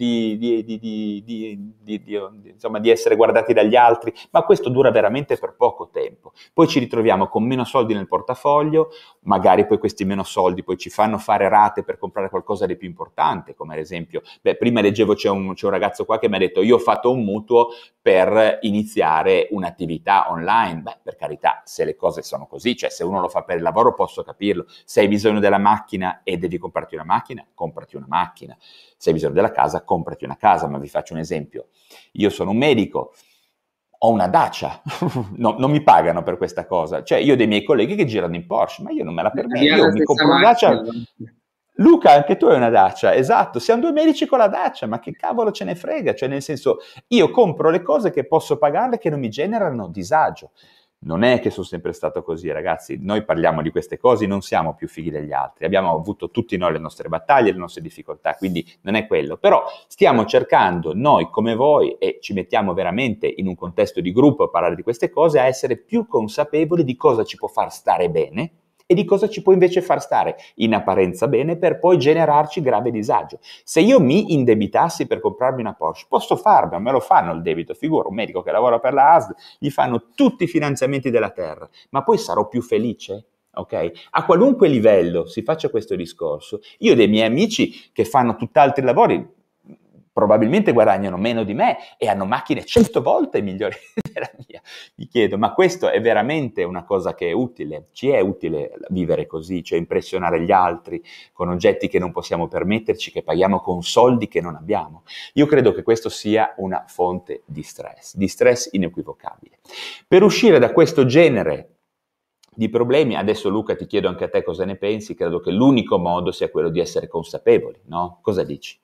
insomma, di essere guardati dagli altri, ma questo dura veramente per poco tempo. Poi ci ritroviamo con meno soldi nel portafoglio, magari poi questi meno soldi poi ci fanno fare rate per comprare qualcosa di più importante, come ad esempio, prima leggevo c'è un ragazzo qua che mi ha detto: io ho fatto un mutuo per iniziare un'attività online. Beh, per carità, se le cose sono così, cioè se uno lo fa per il lavoro posso capirlo. Se hai bisogno della macchina e devi comprarti una macchina, comprati una macchina. Se hai bisogno della casa, comprati una casa. Ma vi faccio un esempio. Io sono un medico, ho una Dacia, no, non mi pagano per questa cosa. Cioè io ho dei miei colleghi che girano in Porsche, ma io non me la permetto. Io mi compro una Dacia. Luca, anche tu hai una Dacia, esatto, siamo due medici con la Dacia, ma che cavolo ce ne frega? Cioè nel senso, io compro le cose che posso pagarle, che non mi generano disagio. Non è che sono sempre stato così, ragazzi. Noi parliamo di queste cose, non siamo più fighi degli altri. Abbiamo avuto tutti noi le nostre battaglie, le nostre difficoltà, quindi non è quello. Però stiamo cercando, noi come voi, e ci mettiamo veramente in un contesto di gruppo a parlare di queste cose, a essere più consapevoli di cosa ci può far stare bene e di cosa ci può invece far stare in apparenza bene per poi generarci grave disagio. Se io mi indebitassi per comprarmi una Porsche, posso farlo, me lo fanno il debito, figura, un medico che lavora per la ASD, gli fanno tutti i finanziamenti della terra, ma poi sarò più felice? Ok? A qualunque livello si faccia questo discorso, io ho dei miei amici che fanno tutt'altri lavori, probabilmente guadagnano meno di me e hanno macchine 100 volte migliori della mia. Mi chiedo, ma questo è veramente una cosa che è utile? Ci è utile vivere così, cioè impressionare gli altri con oggetti che non possiamo permetterci, che paghiamo con soldi che non abbiamo? Io credo che questo sia una fonte di stress inequivocabile. Per uscire da questo genere di problemi, adesso Luca ti chiedo anche a te cosa ne pensi, credo che l'unico modo sia quello di essere consapevoli, no? Cosa dici?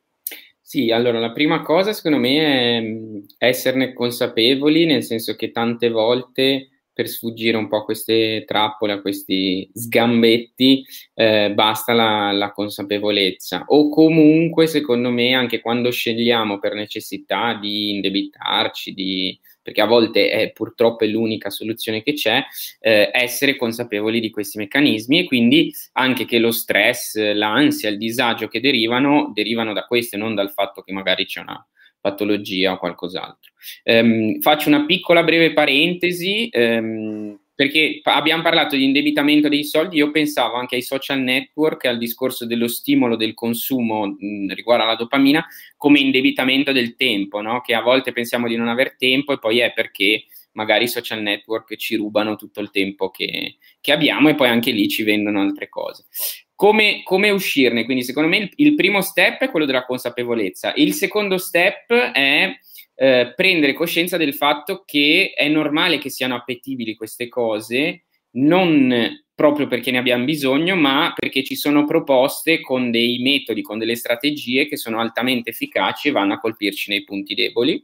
Sì, allora la prima cosa secondo me è esserne consapevoli, nel senso che tante volte per sfuggire un po' a queste trappole, a questi sgambetti, basta la consapevolezza. O comunque, secondo me, anche quando scegliamo per necessità di indebitarci, perché a volte è purtroppo l'unica soluzione che c'è, essere consapevoli di questi meccanismi e quindi anche che lo stress, l'ansia, il disagio che derivano da questo e non dal fatto che magari c'è una patologia o qualcos'altro. Faccio una piccola breve parentesi, perché abbiamo parlato di indebitamento dei soldi, io pensavo anche ai social network, al discorso dello stimolo del consumo riguardo alla dopamina, come indebitamento del tempo, no? Che a volte pensiamo di non aver tempo e poi è perché magari i social network ci rubano tutto il tempo che abbiamo e poi anche lì ci vendono altre cose. Come uscirne? Quindi secondo me il primo step è quello della consapevolezza. Il secondo step è prendere coscienza del fatto che è normale che siano appetibili queste cose, non proprio perché ne abbiamo bisogno, ma perché ci sono proposte con dei metodi, con delle strategie che sono altamente efficaci e vanno a colpirci nei punti deboli.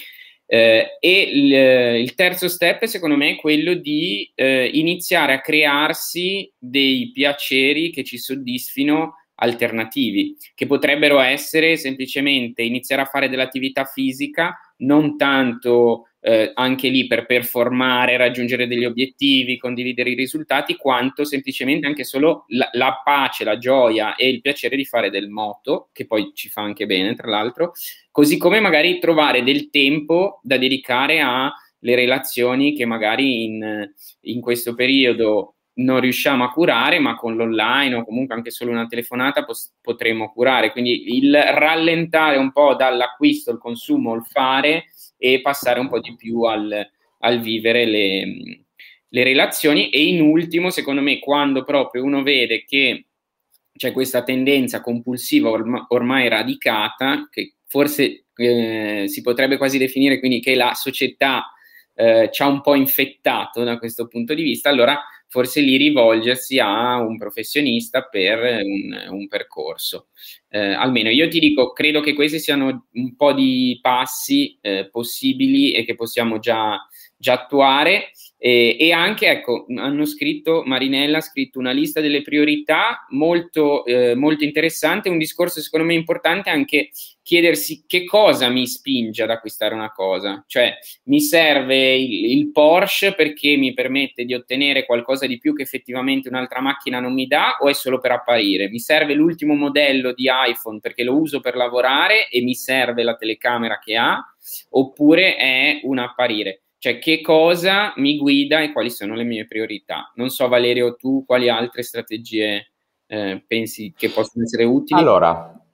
Il terzo step secondo me è quello di iniziare a crearsi dei piaceri che ci soddisfino alternativi, che potrebbero essere semplicemente iniziare a fare dell'attività fisica, non tanto anche lì per performare, raggiungere degli obiettivi, condividere i risultati, quanto semplicemente anche solo la pace, la gioia e il piacere di fare del moto, che poi ci fa anche bene tra l'altro, così come magari trovare del tempo da dedicare alle relazioni che magari in questo periodo non riusciamo a curare, ma con l'online o comunque anche solo una telefonata potremo curare. Quindi il rallentare un po' dall'acquisto, il consumo, il fare e passare un po' di più al vivere le relazioni. E in ultimo, secondo me, quando proprio uno vede che c'è questa tendenza compulsiva ormai radicata, che forse si potrebbe quasi definire quindi che la società ci ha un po' infettato da questo punto di vista, allora forse lì rivolgersi a un professionista per un percorso. Almeno io ti dico, credo che questi siano un po' di passi possibili e che possiamo già attuare. E anche, ecco, Marinella ha scritto una lista delle priorità molto interessante, un discorso secondo me importante anche chiedersi che cosa mi spinge ad acquistare una cosa, cioè mi serve il Porsche perché mi permette di ottenere qualcosa di più che effettivamente un'altra macchina non mi dà, o è solo per apparire? Mi serve l'ultimo modello di iPhone perché lo uso per lavorare e mi serve la telecamera che ha, oppure è un apparire? Cioè, che cosa mi guida e quali sono le mie priorità? Non so, Valerio, tu quali altre strategie pensi che possono essere utili? Allora,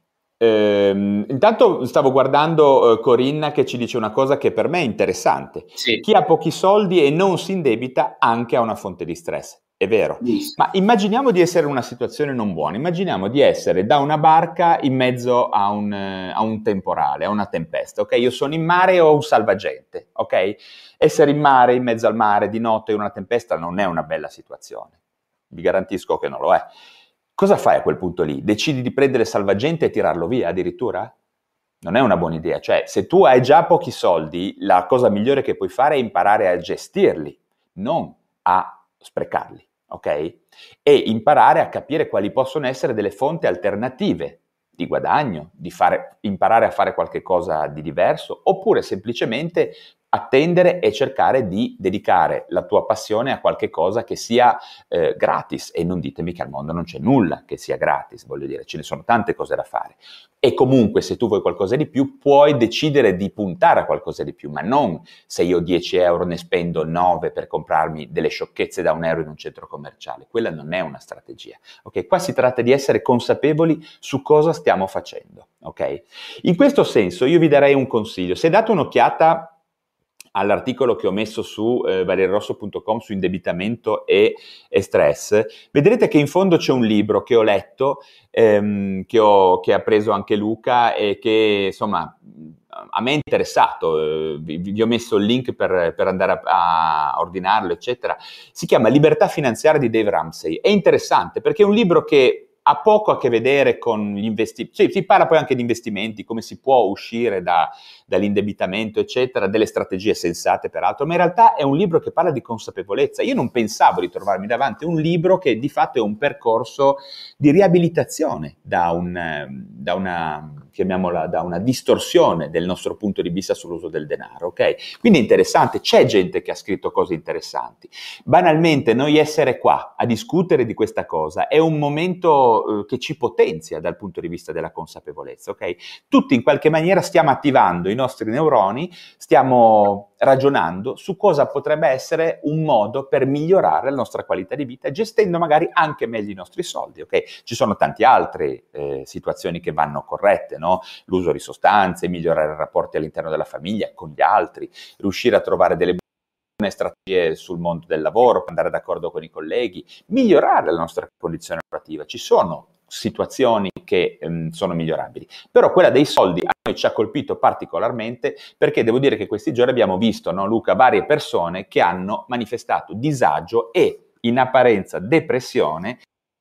Intanto stavo guardando Corinna che ci dice una cosa che per me è interessante. Sì. Chi ha pochi soldi e non si indebita anche ha una fonte di stress. È vero. Ma immaginiamo di essere in una situazione non buona, immaginiamo di essere da una barca in mezzo a un temporale, a una tempesta, ok? Io sono in mare e ho un salvagente, ok? Essere in mare, in mezzo al mare, di notte in una tempesta non è una bella situazione. Vi garantisco che non lo è. Cosa fai a quel punto lì? Decidi di prendere il salvagente e tirarlo via addirittura? Non è una buona idea. Cioè, se tu hai già pochi soldi, la cosa migliore che puoi fare è imparare a gestirli, non a sprecarli, ok? E imparare a capire quali possono essere delle fonti alternative di guadagno, imparare a fare qualche cosa di diverso, oppure semplicemente attendere e cercare di dedicare la tua passione a qualche cosa che sia gratis. E non ditemi che al mondo non c'è nulla che sia gratis, voglio dire, ce ne sono tante cose da fare. E comunque se tu vuoi qualcosa di più puoi decidere di puntare a qualcosa di più, ma non se io 10 euro ne spendo 9 per comprarmi delle sciocchezze da €1 in un centro commerciale. Quella non è una strategia, ok? Qua si tratta di essere consapevoli su cosa stiamo facendo, ok? In questo senso io vi darei un consiglio. Se date un'occhiata all'articolo che ho messo su valeriorosso.com su indebitamento e stress, vedrete che in fondo c'è un libro che ho letto, che ha preso anche Luca e che insomma a me è interessato, vi ho messo il link per andare a ordinarlo, eccetera. Si chiama Libertà finanziaria di Dave Ramsey. È interessante perché è un libro che ha poco a che vedere con gli investimenti, si parla poi anche di investimenti, come si può uscire dall'indebitamento, eccetera, delle strategie sensate peraltro, ma in realtà è un libro che parla di consapevolezza. Io non pensavo di trovarmi davanti a un libro che di fatto è un percorso di riabilitazione da una distorsione del nostro punto di vista sull'uso del denaro, ok? Quindi è interessante, c'è gente che ha scritto cose interessanti. Banalmente, noi essere qua a discutere di questa cosa è un momento che ci potenzia dal punto di vista della consapevolezza, ok? Tutti in qualche maniera stiamo attivando i nostri neuroni, stiamo ragionando su cosa potrebbe essere un modo per migliorare la nostra qualità di vita, gestendo magari anche meglio i nostri soldi, ok? Ci sono tante altre situazioni che vanno corrette, no? L'uso di sostanze, migliorare i rapporti all'interno della famiglia, con gli altri, riuscire a trovare delle buone strategie sul mondo del lavoro, andare d'accordo con i colleghi, migliorare la nostra condizione lavorativa. Ci sono situazioni che sono migliorabili, però quella dei soldi a noi ci ha colpito particolarmente perché devo dire che questi giorni abbiamo visto, no, Luca, varie persone che hanno manifestato disagio e in apparenza depressione,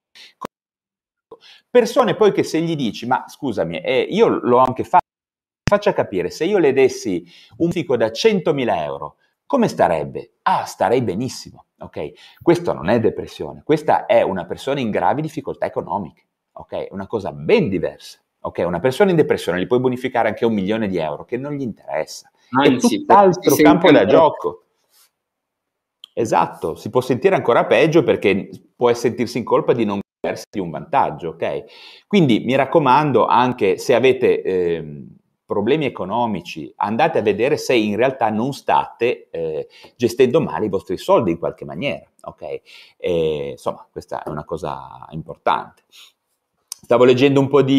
persone poi che se gli dici ma scusami, io l'ho anche fatto, faccia capire, se io le dessi un fico da 100.000 euro, come starebbe? Ah, starei benissimo, ok? Questo non è depressione, questa è una persona in gravi difficoltà economiche, ok? È una cosa ben diversa, ok? Una persona in depressione gli puoi bonificare anche 1 milione di euro, che non gli interessa. Anzi, è tutt'altro campo da gioco. Esatto, si può sentire ancora peggio perché può sentirsi in colpa di non godersi un vantaggio, ok? Quindi mi raccomando, anche se avete problemi economici, andate a vedere se in realtà non state gestendo male i vostri soldi in qualche maniera, ok? Insomma, questa è una cosa importante. Stavo leggendo un po'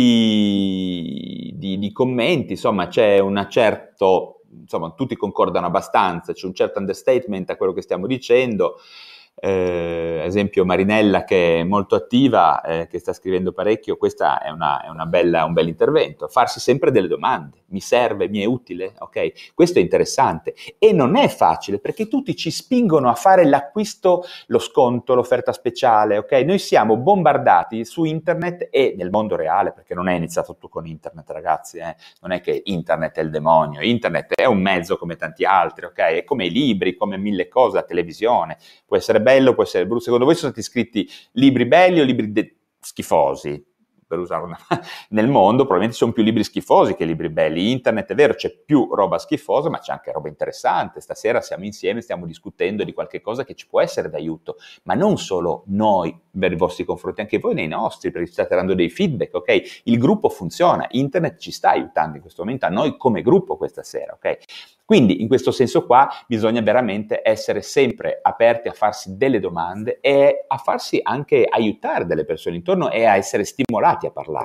di commenti, insomma, c'è una certo, insomma, tutti concordano abbastanza, c'è un certo understatement a quello che stiamo dicendo. Esempio Marinella che è molto attiva, che sta scrivendo parecchio, questa è un bel intervento, farsi sempre delle domande, mi serve, mi è utile, ok? Questo è interessante e non è facile perché tutti ci spingono a fare l'acquisto, lo sconto, l'offerta speciale, ok? Noi siamo bombardati su internet e nel mondo reale, perché non è iniziato tutto con internet, ragazzi, non è che internet è il demonio, internet è un mezzo come tanti altri, ok? È come i libri, come 1000 cose, la televisione, può essere bello, può essere brutto. Secondo voi sono stati scritti libri belli o libri schifosi? Per usare nel mondo probabilmente ci sono più libri schifosi che libri belli. Internet è vero, c'è più roba schifosa, ma c'è anche roba interessante. Stasera siamo insieme, stiamo discutendo di qualche cosa che ci può essere d'aiuto, ma non solo noi per i vostri confronti, anche voi nei nostri, perché ci state dando dei feedback, ok? Il gruppo funziona, internet ci sta aiutando in questo momento a noi come gruppo questa sera, ok? Quindi in questo senso qua bisogna veramente essere sempre aperti a farsi delle domande e a farsi anche aiutare dalle persone intorno e a essere stimolati a parlarne, ok?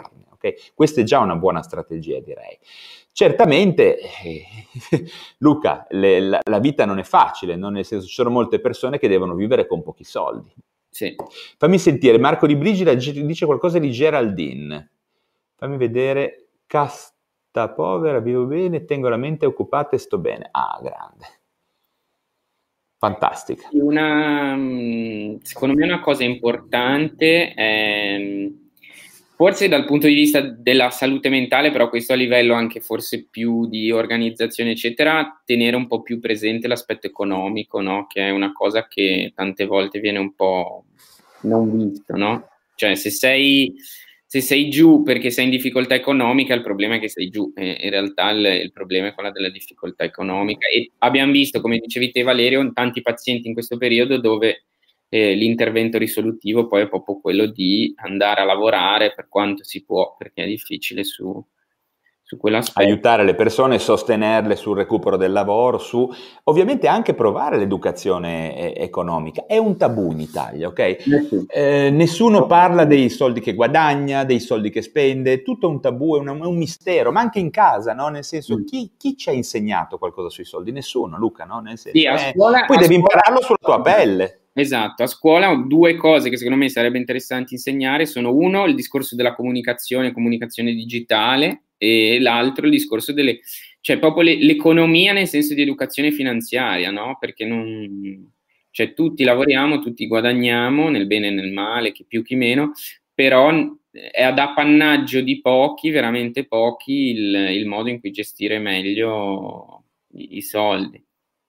ok? Questa è già una buona strategia, direi. Certamente, Luca, la vita non è facile, no? Nel senso, ci sono molte persone che devono vivere con pochi soldi. Sì. Fammi sentire, Marco Di Brigida dice qualcosa di Geraldine. Fammi vedere, casta povera, vivo bene, tengo la mente occupata e sto bene. Ah, grande. Fantastica. Secondo me una cosa importante è, forse dal punto di vista della salute mentale, però questo a livello anche forse più di organizzazione eccetera, tenere un po' più presente l'aspetto economico, no? Che è una cosa che tante volte viene un po' non visto, no? Cioè se sei giù perché sei in difficoltà economica, il problema è che sei giù, in realtà il problema è quello della difficoltà economica, e abbiamo visto, come dicevi te Valerio, tanti pazienti in questo periodo dove l'intervento risolutivo poi è proprio quello di andare a lavorare per quanto si può, perché è difficile su quell'aspetto. Aiutare le persone, sostenerle sul recupero del lavoro, ovviamente anche provare l'educazione economica. È un tabù in Italia, ok? Nessuno parla dei soldi che guadagna, dei soldi che spende, è tutto un tabù, è un mistero, ma anche in casa, no? Nel senso, chi ci ha insegnato qualcosa sui soldi? Nessuno, Luca, no? Nel senso, sì, a scuola, poi devi impararlo sulla tua pelle. Esatto, a scuola ho due cose che secondo me sarebbe interessante insegnare, sono uno il discorso della comunicazione digitale, e l'altro il discorso cioè proprio l'economia nel senso di educazione finanziaria, no? Perché cioè tutti lavoriamo, tutti guadagniamo nel bene e nel male, chi più chi meno, però è ad appannaggio di pochi, veramente pochi, il modo in cui gestire meglio i soldi.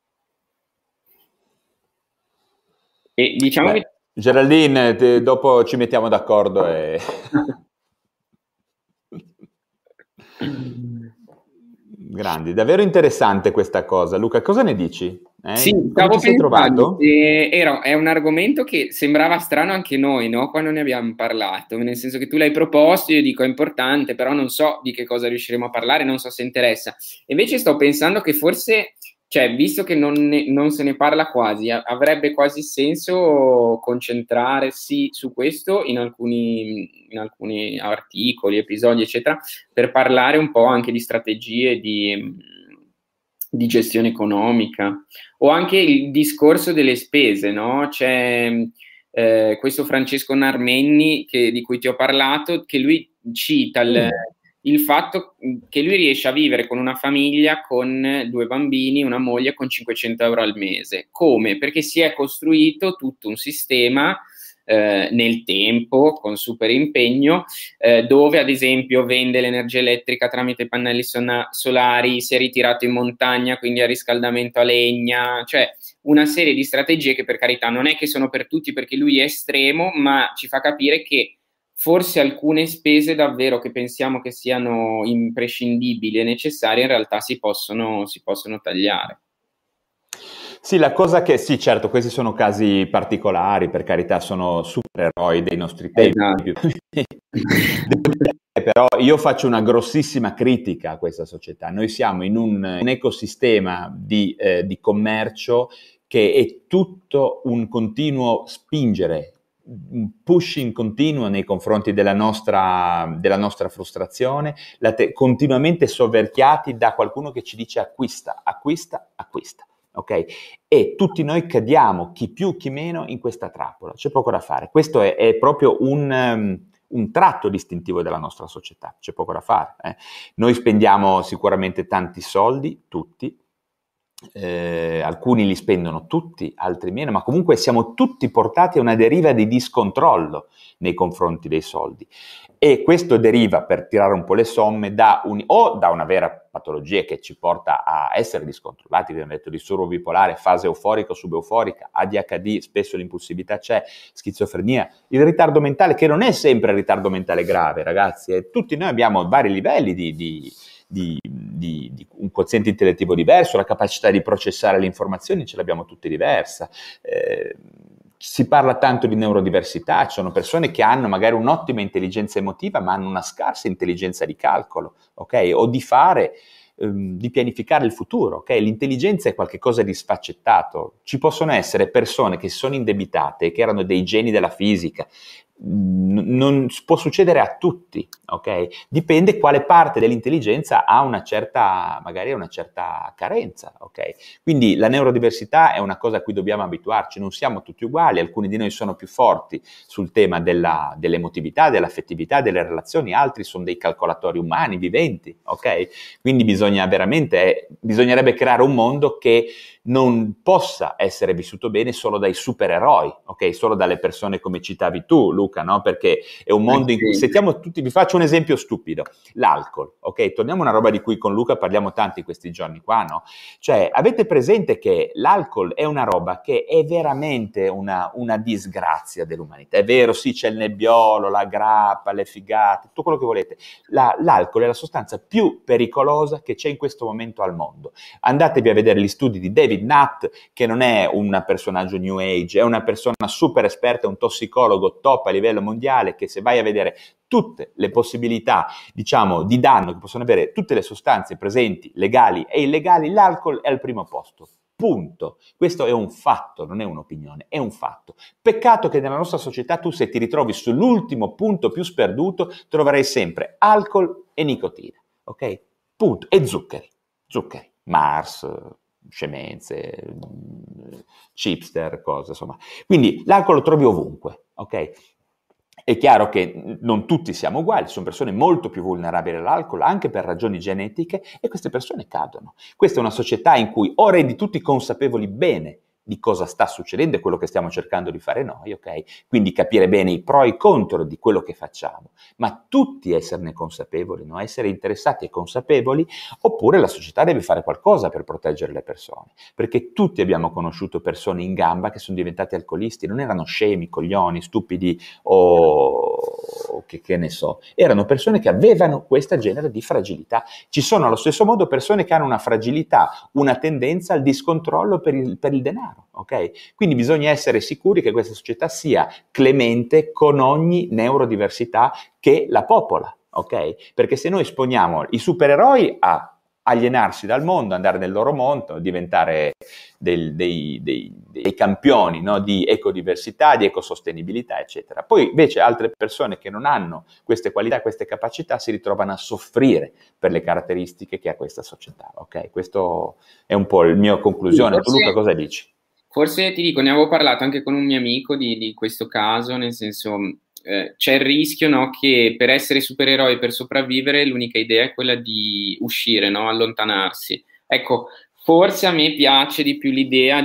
E diciamo che Geraldine, dopo ci mettiamo d'accordo e... Grandi, davvero interessante questa cosa. Luca, cosa ne dici? Sì, come ti sei trovato? È un argomento che sembrava strano anche noi, no? Quando ne abbiamo parlato, nel senso che tu l'hai proposto, io dico è importante, però non so di che cosa riusciremo a parlare, non so se interessa. Invece sto pensando che forse, cioè, visto che non se ne parla quasi, avrebbe quasi senso concentrarsi su questo in alcuni articoli, episodi, eccetera, per parlare un po' anche di strategie di gestione economica, o anche il discorso delle spese, no? C'è questo Francesco Narmenni di cui ti ho parlato, che lui cita il fatto che lui riesce a vivere con una famiglia con 2 bambini, una moglie, con 500 euro al mese. Come? Perché si è costruito tutto un sistema nel tempo, con super impegno, dove ad esempio vende l'energia elettrica tramite pannelli solari, si è ritirato in montagna, quindi ha riscaldamento a legna, cioè una serie di strategie che per carità non è che sono per tutti, perché lui è estremo, ma ci fa capire che forse alcune spese davvero che pensiamo che siano imprescindibili e necessarie in realtà si possono tagliare. Sì, la cosa che sì, certo, questi sono casi particolari, per carità, sono supereroi dei nostri tempi. Esatto. Però io faccio una grossissima critica a questa società. Noi siamo in un ecosistema di commercio che è tutto un continuo spingere, un pushing continuo nei confronti della nostra frustrazione, continuamente soverchiati da qualcuno che ci dice acquista. Ok? E tutti noi cadiamo, chi più chi meno, in questa trappola. C'è poco da fare. Questo è proprio un tratto distintivo della nostra società. C'è poco da fare. Noi spendiamo sicuramente tanti soldi, tutti. Alcuni li spendono tutti, altri meno, ma comunque siamo tutti portati a una deriva di discontrollo nei confronti dei soldi, e questo deriva, per tirare un po' le somme, da una vera patologia che ci porta a essere discontrollati, abbiamo detto disturbo bipolare, fase euforica o subeuforica, ADHD, spesso l'impulsività c'è, schizofrenia, il ritardo mentale, che non è sempre il ritardo mentale grave, ragazzi, tutti noi abbiamo vari livelli di un quoziente intellettivo diverso, la capacità di processare le informazioni ce l'abbiamo tutti diversa. Si parla tanto di neurodiversità, ci sono persone che hanno magari un'ottima intelligenza emotiva ma hanno una scarsa intelligenza di calcolo, ok? O di pianificare il futuro, ok? L'intelligenza è qualcosa di sfaccettato. Ci possono essere persone che sono indebitate, che erano dei geni della fisica, non può succedere a tutti, ok? Dipende quale parte dell'intelligenza ha magari una certa carenza, ok? Quindi la neurodiversità è una cosa a cui dobbiamo abituarci, non siamo tutti uguali, alcuni di noi sono più forti sul tema dell'emotività, dell'affettività, delle relazioni, altri sono dei calcolatori umani, viventi, ok? Quindi bisognerebbe creare un mondo che non possa essere vissuto bene solo dai supereroi, ok? Solo dalle persone come citavi tu, Luca, no? Perché è un mondo in cui sentiamo tutti, vi faccio un esempio stupido, l'alcol, ok? Torniamo a una roba di cui con Luca parliamo tanti questi giorni qua, no? Cioè, avete presente che l'alcol è una roba che è veramente una disgrazia dell'umanità, è vero, sì, c'è il nebbiolo, la grappa, le figate, tutto quello che volete, l'alcol è la sostanza più pericolosa che c'è in questo momento al mondo. Andatevi a vedere gli studi di David Nutt, che non è un personaggio New Age, è una persona super esperta, un tossicologo top a livello mondiale, che se vai a vedere tutte le possibilità, diciamo, di danno che possono avere tutte le sostanze presenti, legali e illegali, l'alcol è al primo posto. Punto. Questo è un fatto, non è un'opinione, è un fatto. Peccato che nella nostra società tu, se ti ritrovi sull'ultimo punto più sperduto, troverai sempre alcol e nicotina, ok? Punto. E zuccheri, Mars, scemenze, chipster, cose, insomma. Quindi l'alcol lo trovi ovunque, ok? È chiaro che non tutti siamo uguali, ci sono persone molto più vulnerabili all'alcol, anche per ragioni genetiche, e queste persone cadono. Questa è una società in cui o rendi tutti consapevoli bene di cosa sta succedendo e quello che stiamo cercando di fare noi, ok? Quindi capire bene i pro e i contro di quello che facciamo, ma tutti esserne consapevoli, no? Essere interessati e consapevoli, oppure la società deve fare qualcosa per proteggere le persone, perché tutti abbiamo conosciuto persone in gamba che sono diventati alcolisti, non erano scemi, coglioni, stupidi o che ne so, erano persone che avevano questo genere di fragilità. Ci sono allo stesso modo persone che hanno una fragilità, una tendenza al discontrollo per il denaro, ok? Quindi bisogna essere sicuri che questa società sia clemente con ogni neurodiversità che la popola, ok? Perché se noi esponiamo i supereroi a alienarsi dal mondo, andare nel loro mondo, diventare dei campioni, no? Di ecodiversità, di ecosostenibilità, eccetera. Poi invece altre persone che non hanno queste qualità, queste capacità, si ritrovano a soffrire per le caratteristiche che ha questa società, ok? Questo è un po' la mia conclusione. Forse, tu, Luca, cosa dici? Forse ti dico, ne avevo parlato anche con un mio amico di questo caso, nel senso c'è il rischio, no, che per essere supereroi, per sopravvivere, l'unica idea è quella di uscire, no, allontanarsi. Ecco, forse a me piace di più l'idea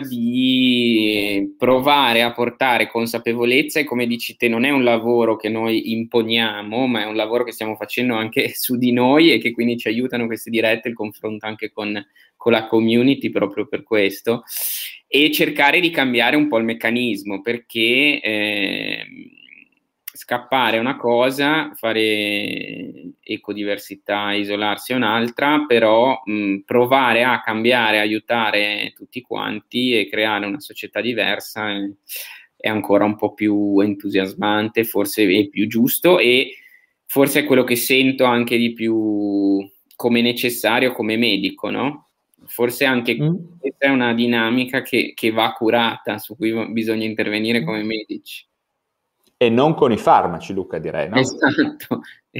di provare a portare consapevolezza e, come dici te, non è un lavoro che noi imponiamo, ma è un lavoro che stiamo facendo anche su di noi e che quindi ci aiutano queste dirette, il confronto anche con la community proprio per questo, e cercare di cambiare un po' il meccanismo, perché scappare è una cosa, fare ecodiversità, isolarsi è un'altra, però provare a cambiare, aiutare tutti quanti e creare una società diversa è ancora un po' più entusiasmante, forse è più giusto, e forse è quello che sento anche di più come necessario come medico, no? Forse anche questa è una dinamica che va curata, su cui bisogna intervenire come medici. E non con i farmaci, Luca, direi, no? Esatto.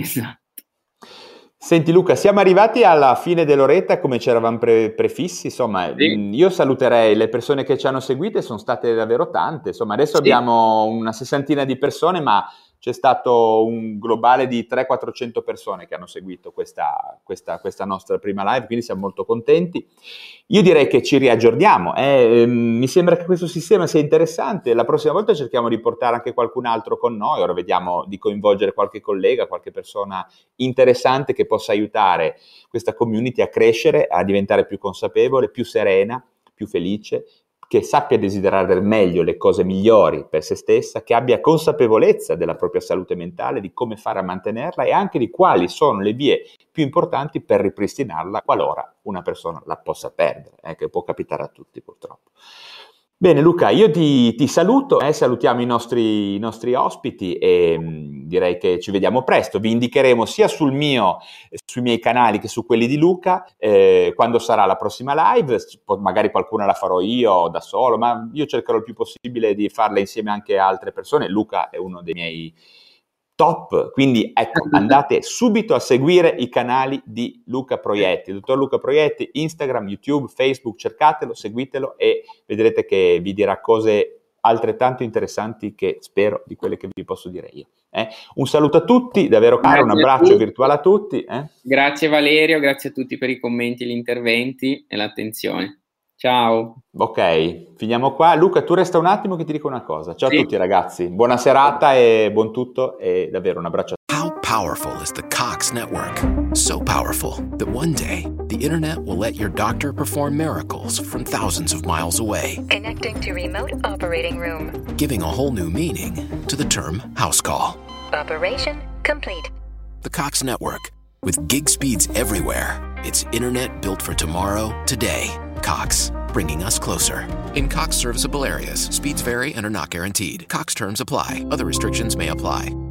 Senti, Luca, siamo arrivati alla fine dell'oretta come ci eravamo prefissi, insomma, sì. Io saluterei le persone che ci hanno seguite, sono state davvero tante, insomma, adesso abbiamo una 60 di persone, ma c'è stato un globale di 300-400 persone che hanno seguito questa nostra prima live, quindi siamo molto contenti. Io direi che ci riaggiorniamo, mi sembra che questo sistema sia interessante, la prossima volta cerchiamo di portare anche qualcun altro con noi, ora vediamo di coinvolgere qualche collega, qualche persona interessante che possa aiutare questa community a crescere, a diventare più consapevole, più serena, più felice, che sappia desiderare meglio le cose migliori per se stessa, che abbia consapevolezza della propria salute mentale, di come fare a mantenerla e anche di quali sono le vie più importanti per ripristinarla qualora una persona la possa perdere, che può capitare a tutti purtroppo. Bene Luca, io ti saluto, salutiamo i nostri ospiti e direi che ci vediamo presto. Vi indicheremo sia sui miei canali che su quelli di Luca quando sarà la prossima live. Magari qualcuna la farò io da solo, ma io cercherò il più possibile di farla insieme anche a altre persone. Luca è uno dei miei top, quindi ecco, andate subito a seguire i canali di Luca Proietti, dottor Luca Proietti, Instagram, YouTube, Facebook, cercatelo, seguitelo e vedrete che vi dirà cose altrettanto interessanti che spero di quelle che vi posso dire io. Un saluto a tutti, davvero caro, un abbraccio virtuale a tutti. Grazie Valerio, grazie a tutti per i commenti, gli interventi e l'attenzione. Ciao. Ok, finiamo qua. Luca, tu resta un attimo che ti dico una cosa. Ciao a tutti ragazzi, buona serata e buon tutto e davvero un abbraccio a tutti. How powerful is the Cox network? So powerful that one day the internet will let your doctor perform miracles from thousands of miles away. Connecting to remote operating room. Giving a whole new meaning to the term house call. Operation complete. The Cox network. With gig speeds everywhere. It's internet built for tomorrow, today. Cox, bringing us closer. In Cox serviceable areas, speeds vary and are not guaranteed. Cox terms apply. Other restrictions may apply.